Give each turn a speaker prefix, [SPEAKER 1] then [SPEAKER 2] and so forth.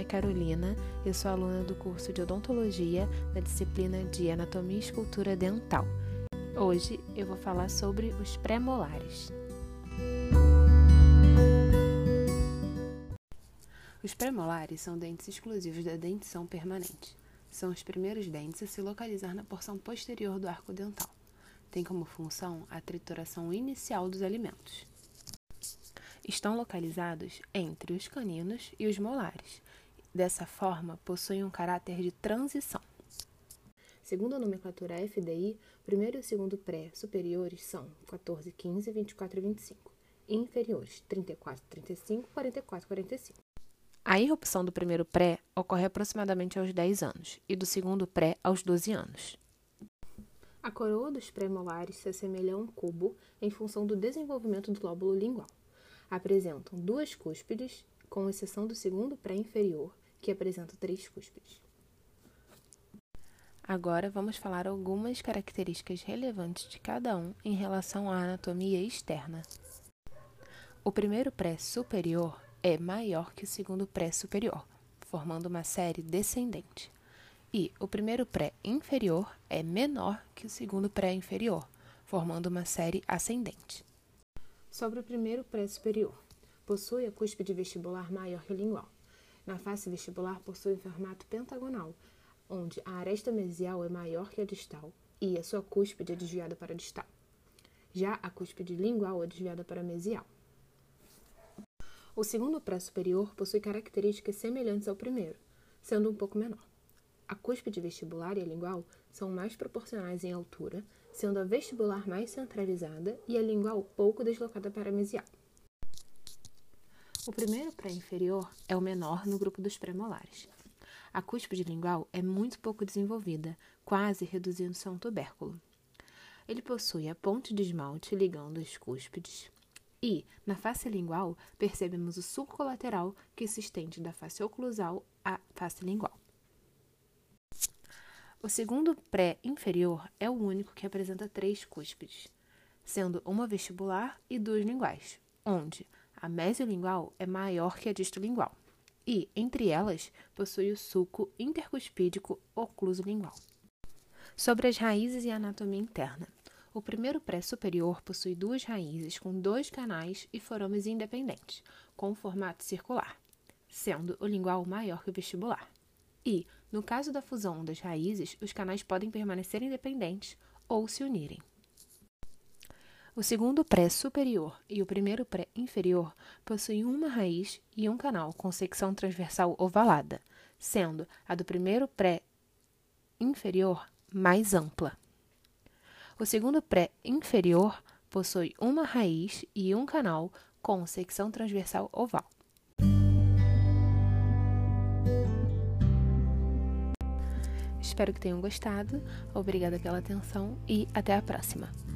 [SPEAKER 1] nome é Carolina, eu sou aluna do curso de Odontologia da disciplina de Anatomia e Escultura Dental. Hoje eu vou falar sobre os pré-molares. Os pré-molares são dentes exclusivos da dentição permanente. São os primeiros dentes a se localizar na porção posterior do arco dental. Tem como função a trituração inicial dos alimentos. Estão localizados entre os caninos e os molares. Dessa forma, possuem um caráter de transição. Segundo a nomenclatura FDI, o primeiro e o segundo pré superiores são 14, 15, 24 e 25. E inferiores, 34, 35, 44 e 45. A irrupção do primeiro pré ocorre aproximadamente aos 10 anos e do segundo pré aos 12 anos. A coroa dos pré-molares se assemelha a um cubo em função do desenvolvimento do lóbulo lingual. Apresentam duas cúspides, com exceção do segundo pré-inferior, que apresenta 3 cúspides. Agora vamos falar algumas características relevantes de cada um em relação à anatomia externa. O primeiro pré superior é maior que o segundo pré superior, formando uma série descendente. E o primeiro pré inferior é menor que o segundo pré inferior, formando uma série ascendente. Sobre o primeiro pré superior, possui a cúspide vestibular maior que o lingual. Na face vestibular possui um formato pentagonal, onde a aresta mesial é maior que a distal e a sua cúspide é desviada para a distal. Já a cúspide lingual é desviada para a mesial. O segundo pré superior possui características semelhantes ao primeiro, sendo um pouco menor. A cúspide vestibular e a lingual são mais proporcionais em altura, sendo a vestibular mais centralizada e a lingual pouco deslocada para a mesial. O primeiro pré-inferior é o menor no grupo dos pré-molares. A cúspide lingual é muito pouco desenvolvida, quase reduzindo-se a um tubérculo. Ele possui a ponte de esmalte ligando as cúspides. E, na face lingual, percebemos o sulco colateral que se estende da face oclusal à face lingual. O segundo pré-inferior é o único que apresenta 3 cúspides, sendo uma vestibular e 2 linguais, onde a mesiolingual é maior que a distolingual e, entre elas, possui o sulco intercuspídico ocluso lingual. Sobre as raízes e a anatomia interna. O primeiro pré superior possui 2 raízes com 2 canais e forames independentes, com formato circular, sendo o lingual maior que o vestibular. E, no caso da fusão das raízes, os canais podem permanecer independentes ou se unirem. O segundo pré superior e o primeiro pré inferior possuem uma raiz e um canal com secção transversal ovalada, sendo a do primeiro pré inferior mais ampla. O segundo pré inferior possui uma raiz e um canal com secção transversal oval. Espero que tenham gostado. Obrigada pela atenção e até a próxima.